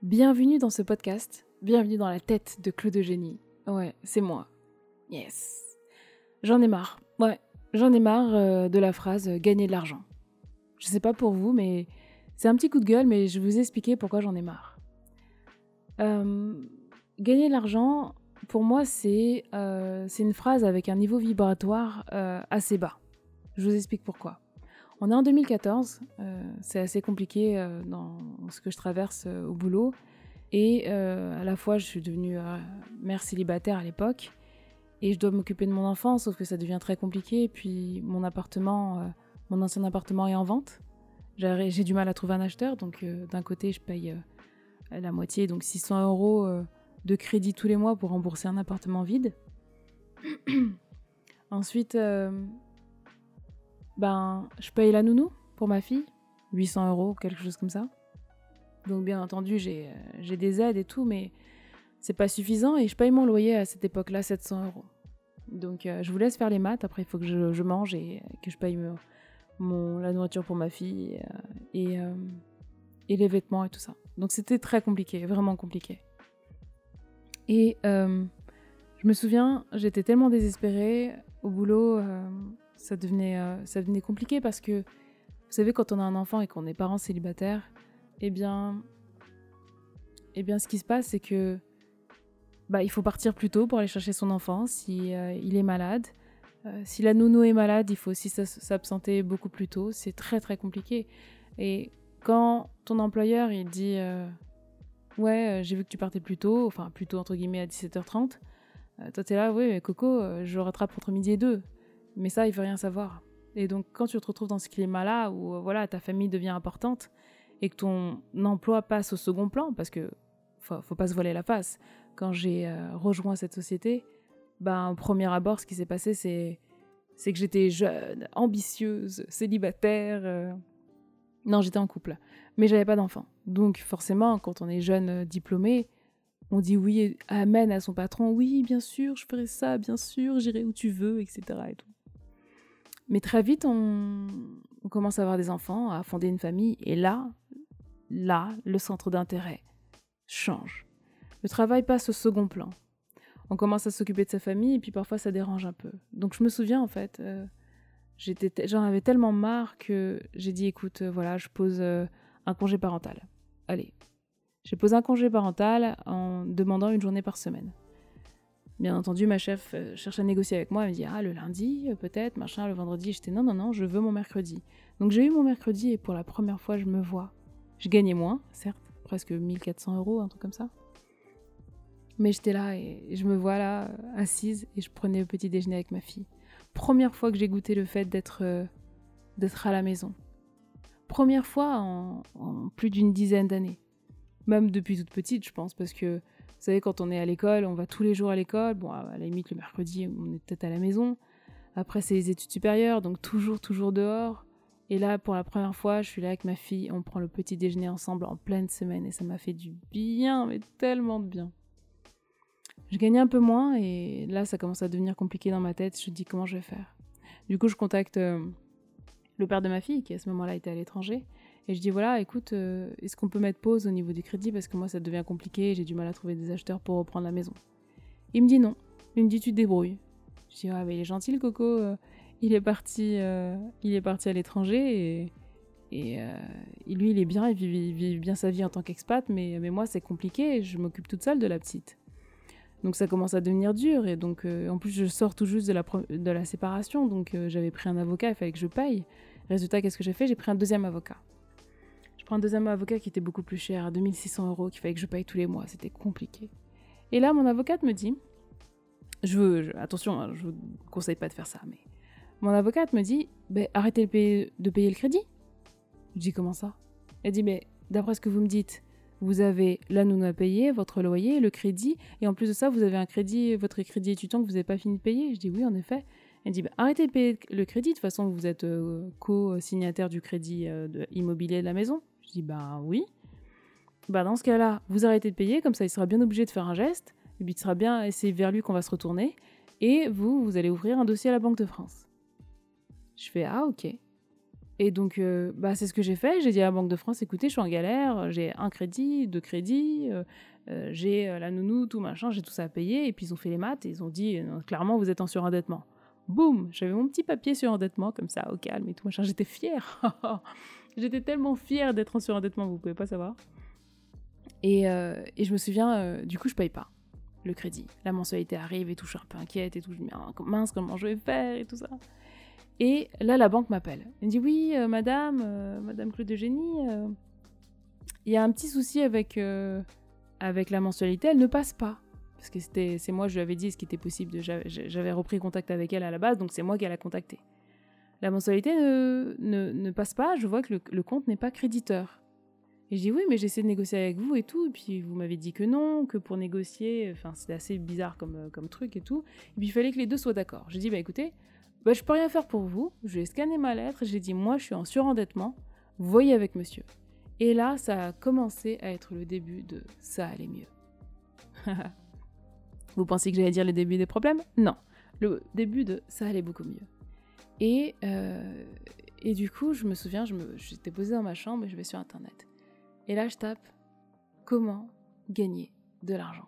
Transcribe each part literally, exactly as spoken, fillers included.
Bienvenue dans ce podcast, bienvenue dans la tête de Claude Eugénie. Ouais, c'est moi. Yes. J'en ai marre, ouais, j'en ai marre euh, de la phrase euh, « gagner de l'argent ». Je sais pas pour vous, mais c'est un petit coup de gueule, mais je vais vous expliquer pourquoi j'en ai marre. Euh, gagner de l'argent, pour moi, c'est, euh, c'est une phrase avec un niveau vibratoire euh, assez bas. Je vous explique pourquoi. On est en deux mille quatorze, euh, c'est assez compliqué euh, dans ce que je traverse euh, au boulot. Et euh, à la fois, je suis devenue euh, mère célibataire à l'époque. Et je dois m'occuper de mon enfant, sauf que ça devient très compliqué. Et puis mon appartement, euh, mon ancien appartement est en vente. J'ai, j'ai du mal à trouver un acheteur. Donc euh, d'un côté, je paye euh, la moitié, donc six cents euros euh, de crédit tous les mois pour rembourser un appartement vide. Ensuite... Euh, Ben, je paye la nounou pour ma fille, huit cents euros, quelque chose comme ça. Donc bien entendu, j'ai, euh, j'ai des aides et tout, mais c'est pas suffisant et je paye mon loyer à cette époque-là, sept cents euros. Donc euh, je vous laisse faire les maths, après il faut que je, je mange et que je paye mon, mon, la nourriture pour ma fille euh, et, euh, et les vêtements et tout ça. Donc c'était très compliqué, vraiment compliqué. Et euh, je me souviens, j'étais tellement désespérée au boulot... Euh, Ça devenait, euh, ça devenait compliqué parce que, vous savez, quand on a un enfant et qu'on est parent célibataire, eh bien, eh bien, ce qui se passe, c'est que, bah, il faut partir plus tôt pour aller chercher son enfant si euh, il est malade. Euh, si la nounou est malade, il faut aussi s'absenter beaucoup plus tôt. C'est très très compliqué. Et quand ton employeur il dit, euh, ouais, j'ai vu que tu partais plus tôt, enfin plus tôt entre guillemets à dix-sept heures trente, euh, toi t'es là, oui, mais Coco, euh, je le rattrape entre midi et deux. Mais ça, il veut rien savoir. Et donc, quand tu te retrouves dans ce climat-là, où voilà, ta famille devient importante, et que ton emploi passe au second plan, parce que faut, faut pas se voiler la face. Quand j'ai euh, rejoint cette société, ben, au premier abord, ce qui s'est passé, c'est, c'est que j'étais jeune, ambitieuse, célibataire. Euh... Non, j'étais en couple, mais j'avais pas d'enfant. Donc, forcément, quand on est jeune euh, diplômé, on dit oui, amen à son patron. Oui, bien sûr, je ferai ça, bien sûr, j'irai où tu veux, et cetera. Et tout. Mais très vite, on, on commence à avoir des enfants, à fonder une famille. Et là, là, le centre d'intérêt change. Le travail passe au second plan. On commence à s'occuper de sa famille et puis parfois ça dérange un peu. Donc je me souviens en fait, euh, j'étais t- j'en avais tellement marre que j'ai dit écoute, euh, voilà, je pose euh, un congé parental. Allez, j'ai posé un congé parental en demandant une journée par semaine. Bien entendu, ma chef euh, cherche à négocier avec moi. Elle me dit « Ah, le lundi, euh, peut-être, machin, le vendredi. » J'étais « Non, non, non, je veux mon mercredi. » Donc j'ai eu mon mercredi et pour la première fois, je me vois. Je gagnais moins, certes, presque mille quatre cents euros, un truc comme ça. Mais j'étais là et je me vois là, euh, assise, et je prenais le petit déjeuner avec ma fille. Première fois que j'ai goûté le fait d'être, euh, d'être à la maison. Première fois en, en plus d'une dizaine d'années. Même depuis toute petite, je pense, parce que vous savez, quand on est à l'école, on va tous les jours à l'école. Bon, à la limite, le mercredi, on est peut-être à la maison. Après, c'est les études supérieures, donc toujours, toujours dehors. Et là, pour la première fois, je suis là avec ma fille. On prend le petit déjeuner ensemble en pleine semaine. Et ça m'a fait du bien, mais tellement de bien. Je gagnais un peu moins et là, ça commence à devenir compliqué dans ma tête. Je me dis, comment je vais faire ? Du coup, je contacte euh, le père de ma fille, qui à ce moment-là était à l'étranger. Et je dis, voilà, écoute, euh, est-ce qu'on peut mettre pause au niveau du crédit ? Parce que moi, ça devient compliqué, j'ai du mal à trouver des acheteurs pour reprendre la maison. Il me dit non. Il me dit, tu te débrouilles. Je dis, ah, mais il est gentil, le coco. Euh, il, est parti, euh, il est parti à l'étranger et, et, euh, et lui, il est bien, il vit, il vit bien sa vie en tant qu'expat, mais, mais moi, c'est compliqué, je m'occupe toute seule de la petite. Donc ça commence à devenir dur. Et donc, euh, en plus, je sors tout juste de la, de la séparation, donc euh, j'avais pris un avocat, il fallait que je paye. Résultat, qu'est-ce que j'ai fait ? J'ai pris un deuxième avocat. Je prends un deuxième avocat qui était beaucoup plus cher, à deux mille six cents euros, qu'il fallait que je paye tous les mois. C'était compliqué. Et là, mon avocate me dit... Je veux... Je, attention, hein, je vous conseille pas de faire ça, mais... Mon avocate me dit, bah, arrêtez de payer, de payer le crédit. Je dis, comment ça ? Elle dit, mais d'après ce que vous me dites, vous avez la nounou à payer, votre loyer, le crédit, et en plus de ça, vous avez un crédit, votre crédit étudiant que vous n'avez pas fini de payer. Je dis, oui, en effet. Elle dit, bah, arrêtez de payer le crédit, de toute façon, vous êtes euh, co-signataire du crédit euh, de, immobilier de la maison. Je dis, bah oui. Bah dans ce cas-là, vous arrêtez de payer, comme ça il sera bien obligé de faire un geste, et puis il sera bien, et c'est vers lui qu'on va se retourner, et vous, vous allez ouvrir un dossier à la Banque de France. Je fais, ah ok. Et donc, euh, bah, c'est ce que j'ai fait. J'ai dit à la Banque de France, écoutez, je suis en galère, j'ai un crédit, deux crédits, euh, euh, j'ai euh, la nounou, tout machin, j'ai tout ça à payer. Et puis, ils ont fait les maths et ils ont dit, euh, clairement, vous êtes en surendettement. Boum, j'avais mon petit papier surendettement, comme ça, au calme et tout machin. J'étais fière. J'étais tellement fière d'être en surendettement, vous pouvez pas savoir. Et, euh, et je me souviens, euh, du coup, je paye pas le crédit. La mensualité arrive et tout, je suis un peu inquiète et tout. Je me dis, ah, mince, comment je vais faire et tout ça. Et là, la banque m'appelle. Elle me dit, oui, euh, madame, euh, madame Claude Eugénie, il euh, y a un petit souci avec, euh, avec la mensualité, elle ne passe pas. Parce que c'était, c'est moi, je lui avais dit ce qui était possible. De, j'avais, j'avais repris contact avec elle à la base, donc c'est moi qui l'a contactée. La mensualité ne, ne, ne passe pas, je vois que le, le compte n'est pas créditeur. Et je dis, oui, mais j'essaie de négocier avec vous et tout, et puis vous m'avez dit que non, que pour négocier, enfin, c'était assez bizarre comme, comme truc et tout. Et puis il fallait que les deux soient d'accord. J'ai dit, bah écoutez, bah, je peux rien faire pour vous. Je vais scanner ma lettre et j'ai dit, moi, je suis en surendettement. Voyez avec monsieur. Et là, ça a commencé à être le début de ça allait mieux. Vous pensez que j'allais dire le début des problèmes ? Non. Le début de ça allait beaucoup mieux. Et, euh, et du coup, je me souviens, je me, j'étais posée dans ma chambre et je vais sur Internet. Et là, je tape comment gagner de l'argent.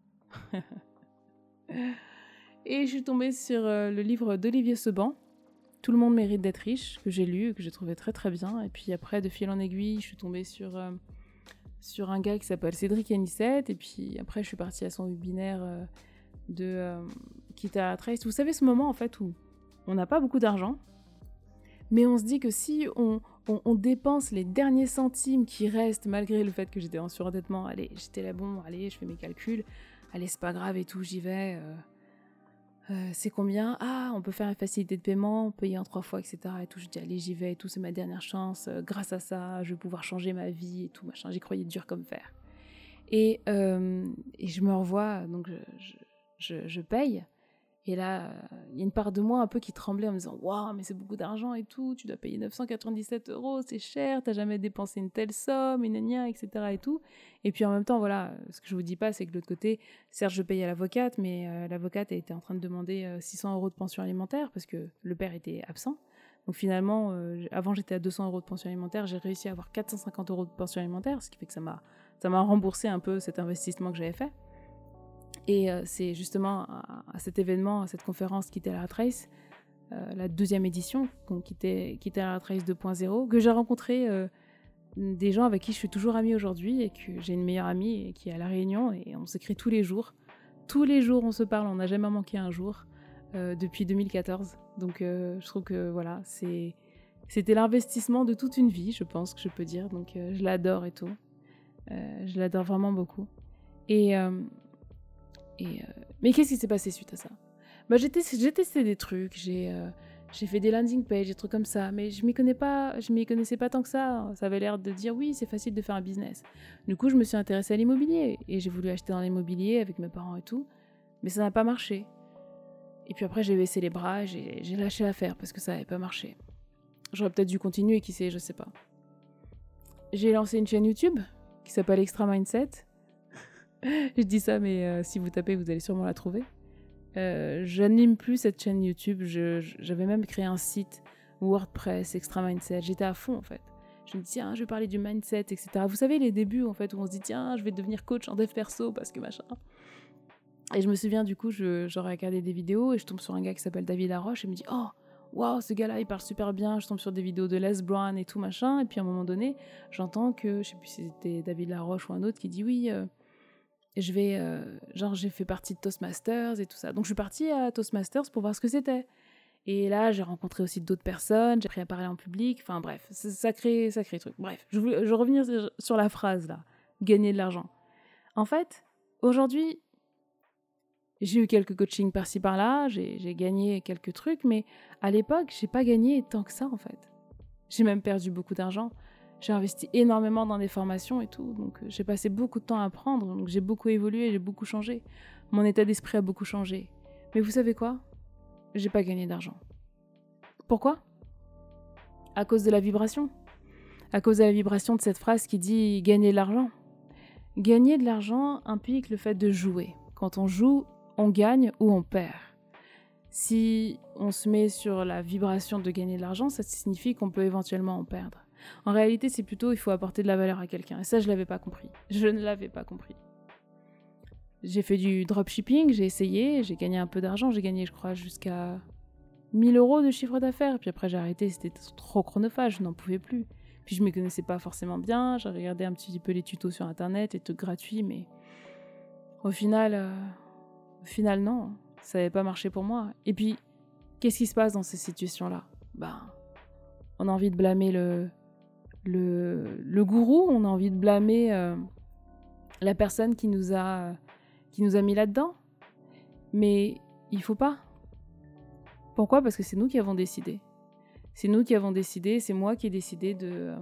Et je suis tombée sur euh, le livre d'Olivier Seban, Tout le monde mérite d'être riche, que j'ai lu et que j'ai trouvé très très bien. Et puis après, de fil en aiguille, je suis tombée sur, euh, sur un gars qui s'appelle Cédric Anissette. Et puis après, je suis partie à son webinaire euh, de euh, Quitte à la Trace. Vous savez, ce moment en fait où on n'a pas beaucoup d'argent, mais on se dit que si on, on, on dépense les derniers centimes qui restent, malgré le fait que j'étais en surendettement, allez, j'étais là, bon, allez, je fais mes calculs, allez, c'est pas grave et tout, j'y vais... Euh, Euh, c'est combien ? Ah, on peut faire une facilité de paiement, payer en trois fois, et cetera. Et tout. Je dis, allez, j'y vais et tout, c'est ma dernière chance. Euh, grâce à ça, je vais pouvoir changer ma vie et tout, machin. J'y croyais dur comme fer. Et, euh, et je me revois, donc je, je, je, je paye. Et là, il euh, y a une part de moi un peu qui tremblait en me disant, waouh, mais c'est beaucoup d'argent et tout, tu dois payer neuf cent quatre-vingt-dix-sept euros, c'est cher, t'as jamais dépensé une telle somme, une gna, et cetera. Et tout. Et puis en même temps, voilà, ce que je vous dis pas, c'est que de l'autre côté, certes, je payais à l'avocate, mais euh, l'avocate était en train de demander euh, six cents euros de pension alimentaire parce que le père était absent. Donc finalement, euh, avant j'étais à deux cents euros de pension alimentaire, j'ai réussi à avoir quatre cent cinquante euros de pension alimentaire, ce qui fait que ça m'a, ça m'a remboursé un peu cet investissement que j'avais fait. Et euh, c'est justement à, à cet événement, à cette conférence Quitte à la Trace, euh, la deuxième édition, donc Quitte à la Trace deux point zéro, que j'ai rencontré euh, des gens avec qui je suis toujours amie aujourd'hui et que j'ai une meilleure amie qui est à La Réunion et on s'écrit tous les jours. Tous les jours on se parle, on n'a jamais manqué un jour euh, depuis deux mille quatorze. Donc euh, je trouve que voilà, c'est, c'était l'investissement de toute une vie, je pense que je peux dire. Donc euh, je l'adore et tout. Euh, je l'adore vraiment beaucoup. Et... Euh, Et euh... Mais qu'est-ce qui s'est passé suite à ça ? Bah, j'ai, testé, j'ai testé des trucs, j'ai, euh, j'ai fait des landing pages, des trucs comme ça, mais je m'y connais pas, je m'y connaissais pas tant que ça. Ça avait l'air de dire oui, c'est facile de faire un business. Du coup, je me suis intéressée à l'immobilier et j'ai voulu acheter dans l'immobilier avec mes parents et tout, mais ça n'a pas marché. Et puis après, j'ai baissé les bras, et j'ai, j'ai lâché l'affaire parce que ça n'avait pas marché. J'aurais peut-être dû continuer, qui sait, je sais pas. J'ai lancé une chaîne YouTube qui s'appelle Extra Mindset. Je dis ça, mais euh, si vous tapez, vous allez sûrement la trouver. Euh, j'anime plus cette chaîne YouTube. Je, je, j'avais même créé un site WordPress, Extra Mindset. J'étais à fond, en fait. Je me dis, tiens, je vais parler du mindset, et cetera. Vous savez, les débuts, en fait, où on se dit, tiens, je vais devenir coach en dev perso parce que machin. Et je me souviens, du coup, je, j'aurais regardé des vidéos et je tombe sur un gars qui s'appelle David Laroche et me dit, oh, waouh, ce gars-là, il parle super bien. Je tombe sur des vidéos de Les Brown et tout, machin. Et puis, à un moment donné, j'entends que, je sais plus si c'était David Laroche ou un autre qui dit, oui... Euh, je vais, euh, genre, j'ai fait partie de Toastmasters et tout ça. Donc, je suis partie à Toastmasters pour voir ce que c'était. Et là, j'ai rencontré aussi d'autres personnes, j'ai appris à parler en public. Enfin, bref, c'est sacré, sacré truc. Bref, je vais, je vais revenir sur la phrase, là. Gagner de l'argent. En fait, aujourd'hui, j'ai eu quelques coachings par-ci, par-là. J'ai, j'ai gagné quelques trucs. Mais à l'époque, j'ai pas gagné tant que ça, en fait. J'ai même perdu beaucoup d'argent. J'ai investi énormément dans des formations et tout, donc euh, j'ai passé beaucoup de temps à apprendre, donc j'ai beaucoup évolué, j'ai beaucoup changé. Mon état d'esprit a beaucoup changé. Mais vous savez quoi ? J'ai pas gagné d'argent. Pourquoi ? À cause de la vibration. À cause de la vibration de cette phrase qui dit « gagner de l'argent ». Gagner de l'argent implique le fait de jouer. Quand on joue, on gagne ou on perd. Si on se met sur la vibration de gagner de l'argent, ça signifie qu'on peut éventuellement en perdre. En réalité, c'est plutôt il faut apporter de la valeur à quelqu'un. Et ça, je ne l'avais pas compris. Je ne l'avais pas compris. J'ai fait du dropshipping, j'ai essayé, j'ai gagné un peu d'argent. J'ai gagné, je crois, jusqu'à mille euros de chiffre d'affaires. Puis après, j'ai arrêté, c'était trop chronophage, je n'en pouvais plus. Puis je ne me connaissais pas forcément bien. J'ai regardé un petit peu les tutos sur Internet et tout gratuit, mais au final, euh... au final, non. Ça n'avait pas marché pour moi. Et puis, qu'est-ce qui se passe dans ces situations-là ? Ben, on a envie de blâmer le, le, le gourou, on a envie de blâmer euh, la personne qui nous a, qui nous a mis là-dedans. Mais il faut pas. Pourquoi ? Parce que c'est nous qui avons décidé. C'est nous qui avons décidé, c'est moi qui ai décidé de,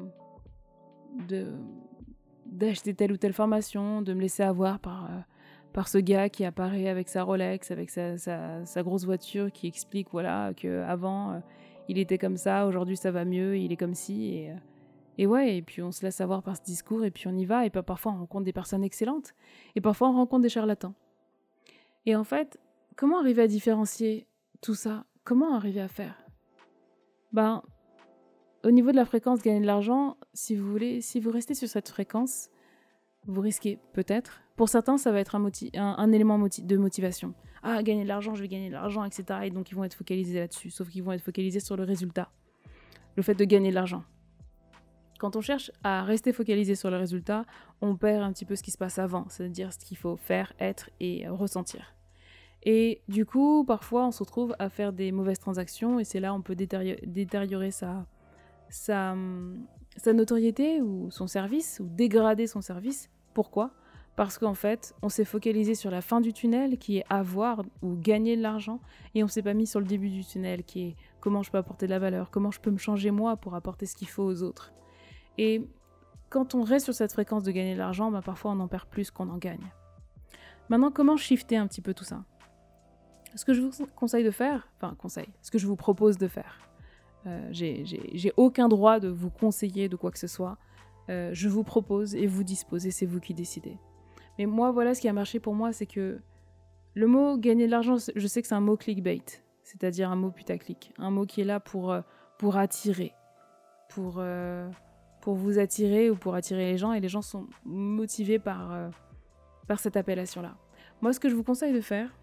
de, d'acheter telle ou telle formation, de me laisser avoir par... Euh, par ce gars qui apparaît avec sa Rolex, avec sa, sa, sa grosse voiture, qui explique voilà, qu'avant, euh, il était comme ça, aujourd'hui ça va mieux, il est comme ci. Et, euh, et ouais, et puis on se laisse avoir par ce discours, et puis on y va, et puis parfois on rencontre des personnes excellentes, et parfois on rencontre des charlatans. Et en fait, comment arriver à différencier tout ça ? Comment arriver à faire ? Ben, au niveau de la fréquence gagner de l'argent, si vous voulez, si vous restez sur cette fréquence, vous risquez peut-être. Pour certains, ça va être un, motiv- un, un élément moti- de motivation. Ah, gagner de l'argent, je vais gagner de l'argent, et cetera. Et donc, ils vont être focalisés là-dessus. Sauf qu'ils vont être focalisés sur le résultat. Le fait de gagner de l'argent. Quand on cherche à rester focalisé sur le résultat, on perd un petit peu ce qui se passe avant. C'est-à-dire ce qu'il faut faire, être et ressentir. Et du coup, parfois, on se retrouve à faire des mauvaises transactions. Et c'est là où on peut détérior- détériorer sa, sa, sa notoriété ou son service, ou dégrader son service. Pourquoi ? Parce qu'en fait, on s'est focalisé sur la fin du tunnel, qui est avoir ou gagner de l'argent, et on s'est pas mis sur le début du tunnel, qui est comment je peux apporter de la valeur, comment je peux me changer moi pour apporter ce qu'il faut aux autres. Et quand on reste sur cette fréquence de gagner de l'argent, bah parfois on en perd plus qu'on en gagne. Maintenant, comment shifter un petit peu tout ça ? Ce que je vous conseille de faire, enfin conseil, ce que je vous propose de faire, euh, j'ai, j'ai, j'ai aucun droit de vous conseiller de quoi que ce soit, euh, je vous propose et vous disposez, c'est vous qui décidez. Mais moi, voilà ce qui a marché pour moi, c'est que le mot gagner de l'argent, je sais que c'est un mot clickbait, c'est-à-dire un mot putaclic, un mot qui est là pour, euh, pour attirer, pour, euh, pour vous attirer ou pour attirer les gens, et les gens sont motivés par, euh, par cette appellation-là. Moi, ce que je vous conseille de faire,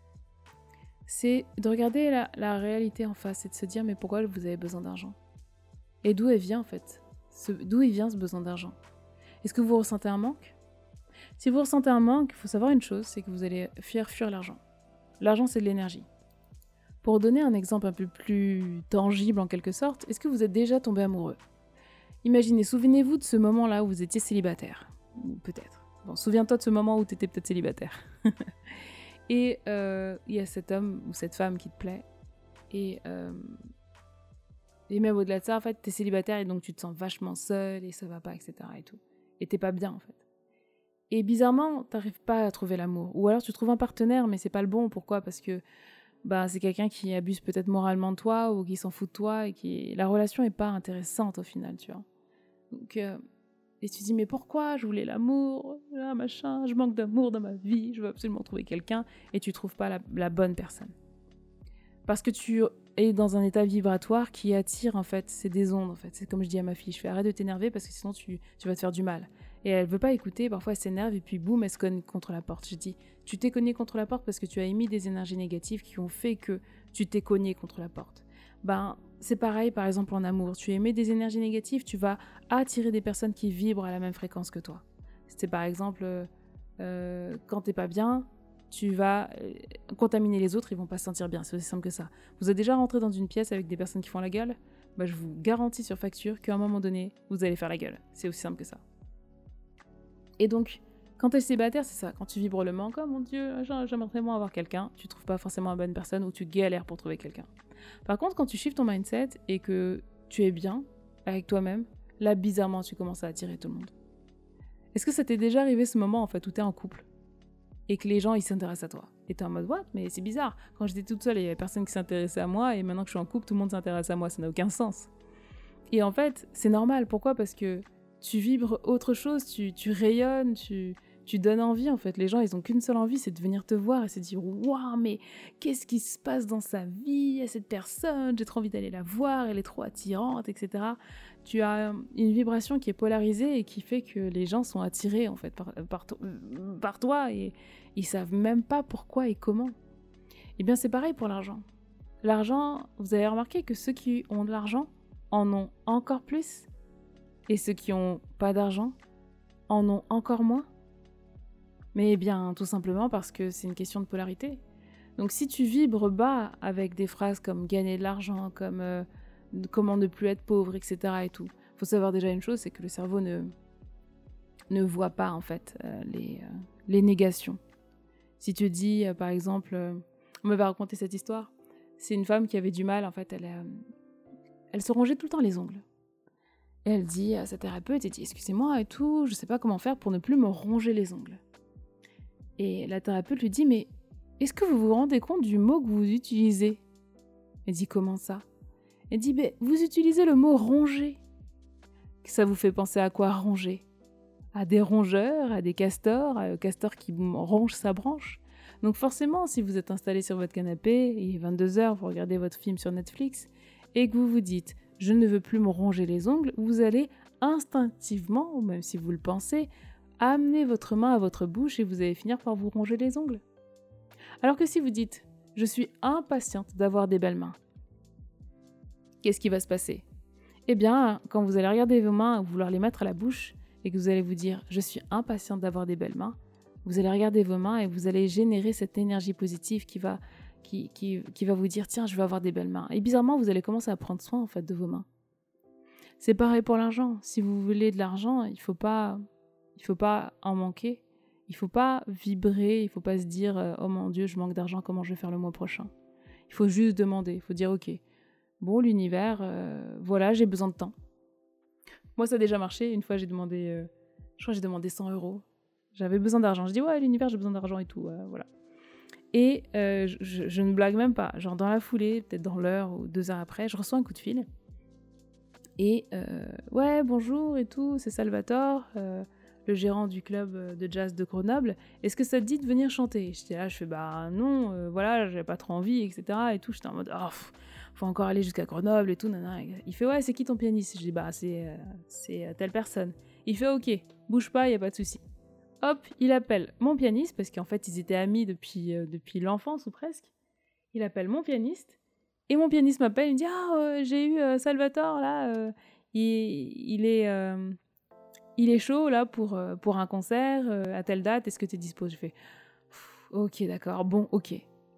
c'est de regarder la, la réalité en face et de se dire mais pourquoi vous avez besoin d'argent ? Et d'où elle vient en fait ? ce, D'où il vient ce besoin d'argent ? Est-ce que vous ressentez un manque ? Si vous ressentez un manque, il faut savoir une chose, c'est que vous allez fuir, fuir l'argent. L'argent, c'est de l'énergie. Pour donner un exemple un peu plus tangible en quelque sorte, est-ce que vous êtes déjà tombé amoureux ? Imaginez, souvenez-vous de ce moment-là où vous étiez célibataire. Ou peut-être. Bon, souviens-toi de ce moment où tu étais peut-être célibataire. Et il euh, y a cet homme ou cette femme qui te plaît. Et, euh, et même au-delà de ça, en fait, t'es célibataire et donc tu te sens vachement seul et ça va pas, et cetera. Et tout. Et t'es pas bien, en fait. Et bizarrement, t'arrives pas à trouver l'amour. Ou alors tu trouves un partenaire, mais c'est pas le bon. Pourquoi ? Parce que bah, c'est quelqu'un qui abuse peut-être moralement de toi ou qui s'en fout de toi et qui... La relation est pas intéressante au final, tu vois. Donc... Euh... Et tu te dis, mais pourquoi ? Je voulais l'amour, ah, machin, je manque d'amour dans ma vie, je veux absolument trouver quelqu'un, et tu trouves pas la, la bonne personne. Parce que tu es dans un état vibratoire qui attire, en fait, c'est des ondes, en fait. C'est comme je dis à ma fille, je fais arrête de t'énerver parce que sinon tu, tu vas te faire du mal. Et elle veut pas écouter, parfois elle s'énerve, et puis boum, elle se cogne contre la porte. Je dis, tu t'es cogné contre la porte parce que tu as émis des énergies négatives qui ont fait que tu t'es cogné contre la porte. Ben, c'est pareil, par exemple, en amour. Tu émets des énergies négatives, tu vas attirer des personnes qui vibrent à la même fréquence que toi. C'est par exemple, euh, quand t'es pas bien, tu vas euh, contaminer les autres, ils vont pas se sentir bien. C'est aussi simple que ça. Vous êtes déjà rentré dans une pièce avec des personnes qui font la gueule ? Ben, je vous garantis sur facture qu'à un moment donné, vous allez faire la gueule. C'est aussi simple que ça. Et donc, quand t'es célibataire, c'est ça. Quand tu vibres le manque, oh mon Dieu, j'aimerais vraiment avoir quelqu'un, tu trouves pas forcément la bonne personne ou tu galères pour trouver quelqu'un. Par contre, quand tu shifts ton mindset et que tu es bien avec toi-même, là, bizarrement, tu commences à attirer tout le monde. Est-ce que ça t'est déjà arrivé ce moment, en fait, où t'es en couple et que les gens, ils s'intéressent à toi ? Et t'es en mode, what ? Mais c'est bizarre. Quand j'étais toute seule, il y avait personne qui s'intéressait à moi et maintenant que je suis en couple, tout le monde s'intéresse à moi. Ça n'a aucun sens. Et en fait, c'est normal. Pourquoi ? Parce que tu vibres autre chose, tu, tu rayonnes, tu, tu donnes envie en fait. Les gens, ils ont qu'une seule envie, c'est de venir te voir et se dire waouh, mais qu'est-ce qui se passe dans sa vie à cette personne, j'ai trop envie d'aller la voir, elle est trop attirante, et cetera. Tu as une vibration qui est polarisée et qui fait que les gens sont attirés en fait par, par, to- par toi et ils savent même pas pourquoi et comment. Et bien c'est pareil pour l'argent. L'argent, vous avez remarqué que ceux qui ont de l'argent en ont encore plus et ceux qui n'ont pas d'argent en ont encore moins. Mais bien tout simplement parce que c'est une question de polarité. Donc si tu vibres bas avec des phrases comme gagner de l'argent, comme euh, comment ne plus être pauvre, et cetera et tout, faut savoir déjà une chose, c'est que le cerveau ne, ne voit pas en fait euh, les, euh, les négations. Si tu dis euh, par exemple, euh, on m'avait raconté cette histoire, c'est une femme qui avait du mal, en fait, elle, euh, elle se rongeait tout le temps les ongles. Et elle dit à sa thérapeute, elle dit excusez-moi et tout, je sais pas comment faire pour ne plus me ronger les ongles. Et la thérapeute lui dit mais est-ce que vous vous rendez compte du mot que vous utilisez? Elle dit comment ça? Elle dit ben, vous utilisez le mot ronger. Ça vous fait penser à quoi ronger? À des rongeurs, à des castors, à un castor qui ronge sa branche. Donc forcément, si vous êtes installé sur votre canapé, il est vingt-deux heures, vous regardez votre film sur Netflix, et que vous vous dites « je ne veux plus me ronger les ongles », vous allez instinctivement, ou même si vous le pensez, amener votre main à votre bouche et vous allez finir par vous ronger les ongles. Alors que si vous dites « je suis impatiente d'avoir des belles mains », qu'est-ce qui va se passer? Eh bien, quand vous allez regarder vos mains, vouloir les mettre à la bouche, et que vous allez vous dire « je suis impatiente d'avoir des belles mains », vous allez regarder vos mains et vous allez générer cette énergie positive qui va, qui, qui, qui va vous dire « tiens, je vais avoir des belles mains ». Et bizarrement, vous allez commencer à prendre soin en fait de vos mains. C'est pareil pour l'argent. Si vous voulez de l'argent, il ne faut pas, il faut pas en manquer. Il ne faut pas vibrer, il ne faut pas se dire « oh mon Dieu, je manque d'argent, comment je vais faire le mois prochain ?» Il faut juste demander, il faut dire « ok, bon, l'univers, euh, voilà, j'ai besoin de temps. » Moi, ça a déjà marché. Une fois, j'ai demandé, euh, je crois que j'ai demandé cent euros. J'avais besoin d'argent. Je dis, ouais, l'univers, j'ai besoin d'argent et tout. Euh, voilà. Et euh, je, je ne blague même pas. Genre, dans la foulée, peut-être dans l'heure ou deux heures après, je reçois un coup de fil. Et, euh, ouais, bonjour et tout, c'est Salvatore, euh, le gérant du club de jazz de Grenoble. Est-ce que ça te dit de venir chanter? J'étais là, je fais, bah non, euh, voilà, j'avais pas trop envie, et cetera. Et tout. J'étais en mode, oh, pff, faut encore aller jusqu'à Grenoble et tout. Nanana. Il fait, ouais, c'est qui ton pianiste? Je dis, bah, c'est, euh, c'est telle personne. Il fait, ok, bouge pas, y a pas de souci. Hop, il appelle mon pianiste, parce qu'en fait, ils étaient amis depuis, euh, depuis l'enfance ou presque. Il appelle mon pianiste, et mon pianiste m'appelle, il me dit « Ah, euh, j'ai eu euh, Salvatore, là, euh, il, il, est, euh, il est chaud, là, pour, euh, pour un concert, euh, à telle date, est-ce que tu es dispo ?» Je fais « Ok, d'accord, bon, ok. »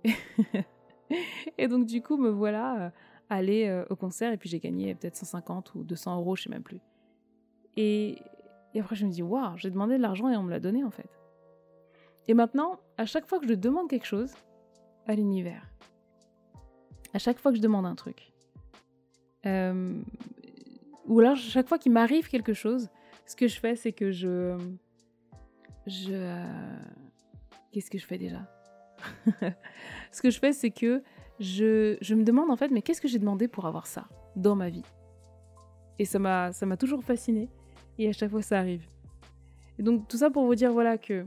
Et donc, du coup, me voilà euh, allée euh, au concert, et puis j'ai gagné peut-être cent cinquante ou deux cents euros, je sais même plus. Et... Et après, je me dis, waouh, j'ai demandé de l'argent et on me l'a donné, en fait. Et maintenant, à chaque fois que je demande quelque chose à l'univers, à chaque fois que je demande un truc, euh, ou alors chaque fois qu'il m'arrive quelque chose, ce que je fais, c'est que je... je euh, qu'est-ce que je fais déjà? Ce que je fais, c'est que je, je me demande, en fait, mais qu'est-ce que j'ai demandé pour avoir ça dans ma vie? Et ça m'a, ça m'a toujours fascinée. Et à chaque fois, ça arrive. Et donc, tout ça pour vous dire, voilà, que...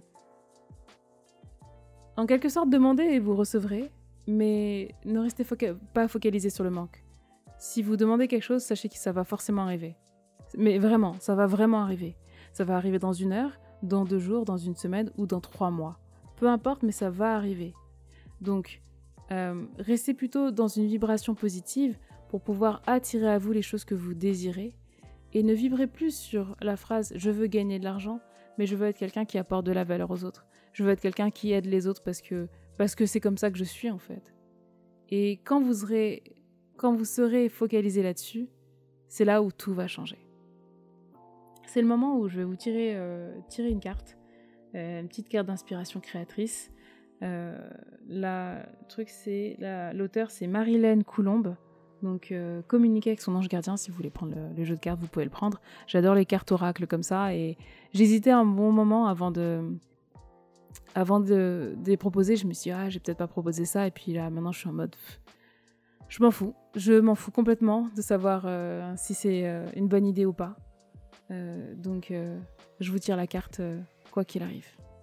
En quelque sorte, demandez et vous recevrez, mais ne restez foca- pas focalisé sur le manque. Si vous demandez quelque chose, sachez que ça va forcément arriver. Mais vraiment, ça va vraiment arriver. Ça va arriver dans une heure, dans deux jours, dans une semaine ou dans trois mois. Peu importe, mais ça va arriver. Donc, euh, restez plutôt dans une vibration positive pour pouvoir attirer à vous les choses que vous désirez. Et ne vibrez plus sur la phrase « je veux gagner de l'argent », mais je veux être quelqu'un qui apporte de la valeur aux autres. Je veux être quelqu'un qui aide les autres parce que, parce que c'est comme ça que je suis en fait. Et quand vous serez, quand vous serez focalisé là-dessus, c'est là où tout va changer. C'est le moment où je vais vous tirer, euh, tirer une carte, euh, une petite carte d'inspiration créatrice. Euh, la, le truc c'est, la, l'auteur c'est Marilène Coulombe. Donc, euh, communiquez avec son ange gardien. Si vous voulez prendre le, le jeu de cartes, vous pouvez le prendre. J'adore les cartes oracles comme ça. Et j'hésitais un bon moment avant de, avant de, de les proposer. Je me suis dit, ah, j'ai peut-être pas proposé ça. Et puis là, maintenant, je suis en mode, pff, je m'en fous. Je m'en fous complètement de savoir euh, si c'est euh, une bonne idée ou pas. Euh, donc, euh, je vous tire la carte euh, quoi qu'il arrive.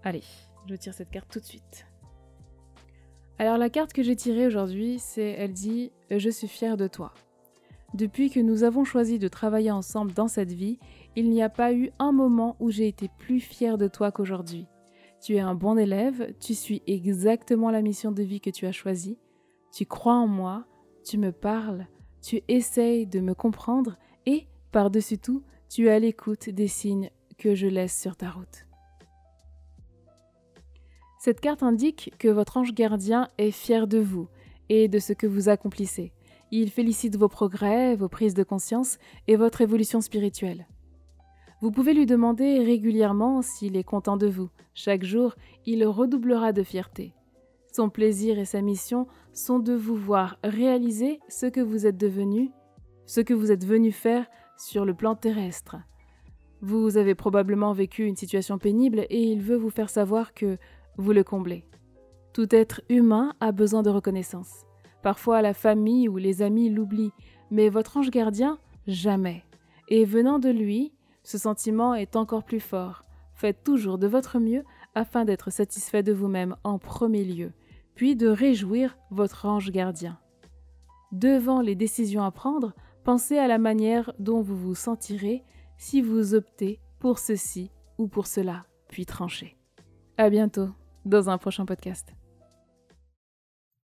Allez, je tire cette carte tout de suite. Alors la carte que j'ai tirée aujourd'hui, c'est, elle dit « Je suis fière de toi ». Depuis que nous avons choisi de travailler ensemble dans cette vie, il n'y a pas eu un moment où j'ai été plus fière de toi qu'aujourd'hui. Tu es un bon élève, tu suis exactement la mission de vie que tu as choisie, tu crois en moi, tu me parles, tu essayes de me comprendre et, par-dessus tout, tu es à l'écoute des signes que je laisse sur ta route. Cette carte indique que votre ange gardien est fier de vous et de ce que vous accomplissez. Il félicite vos progrès, vos prises de conscience et votre évolution spirituelle. Vous pouvez lui demander régulièrement s'il est content de vous. Chaque jour, il redoublera de fierté. Son plaisir et sa mission sont de vous voir réaliser ce que vous êtes devenu, ce que vous êtes venu faire sur le plan terrestre. Vous avez probablement vécu une situation pénible et il veut vous faire savoir que vous le comblez. Tout être humain a besoin de reconnaissance. Parfois, la famille ou les amis l'oublient, mais votre ange gardien, jamais. Et venant de lui, ce sentiment est encore plus fort. Faites toujours de votre mieux afin d'être satisfait de vous-même en premier lieu, puis de réjouir votre ange gardien. Devant les décisions à prendre, pensez à la manière dont vous vous sentirez si vous optez pour ceci ou pour cela, puis tranchez. À bientôt dans un prochain podcast.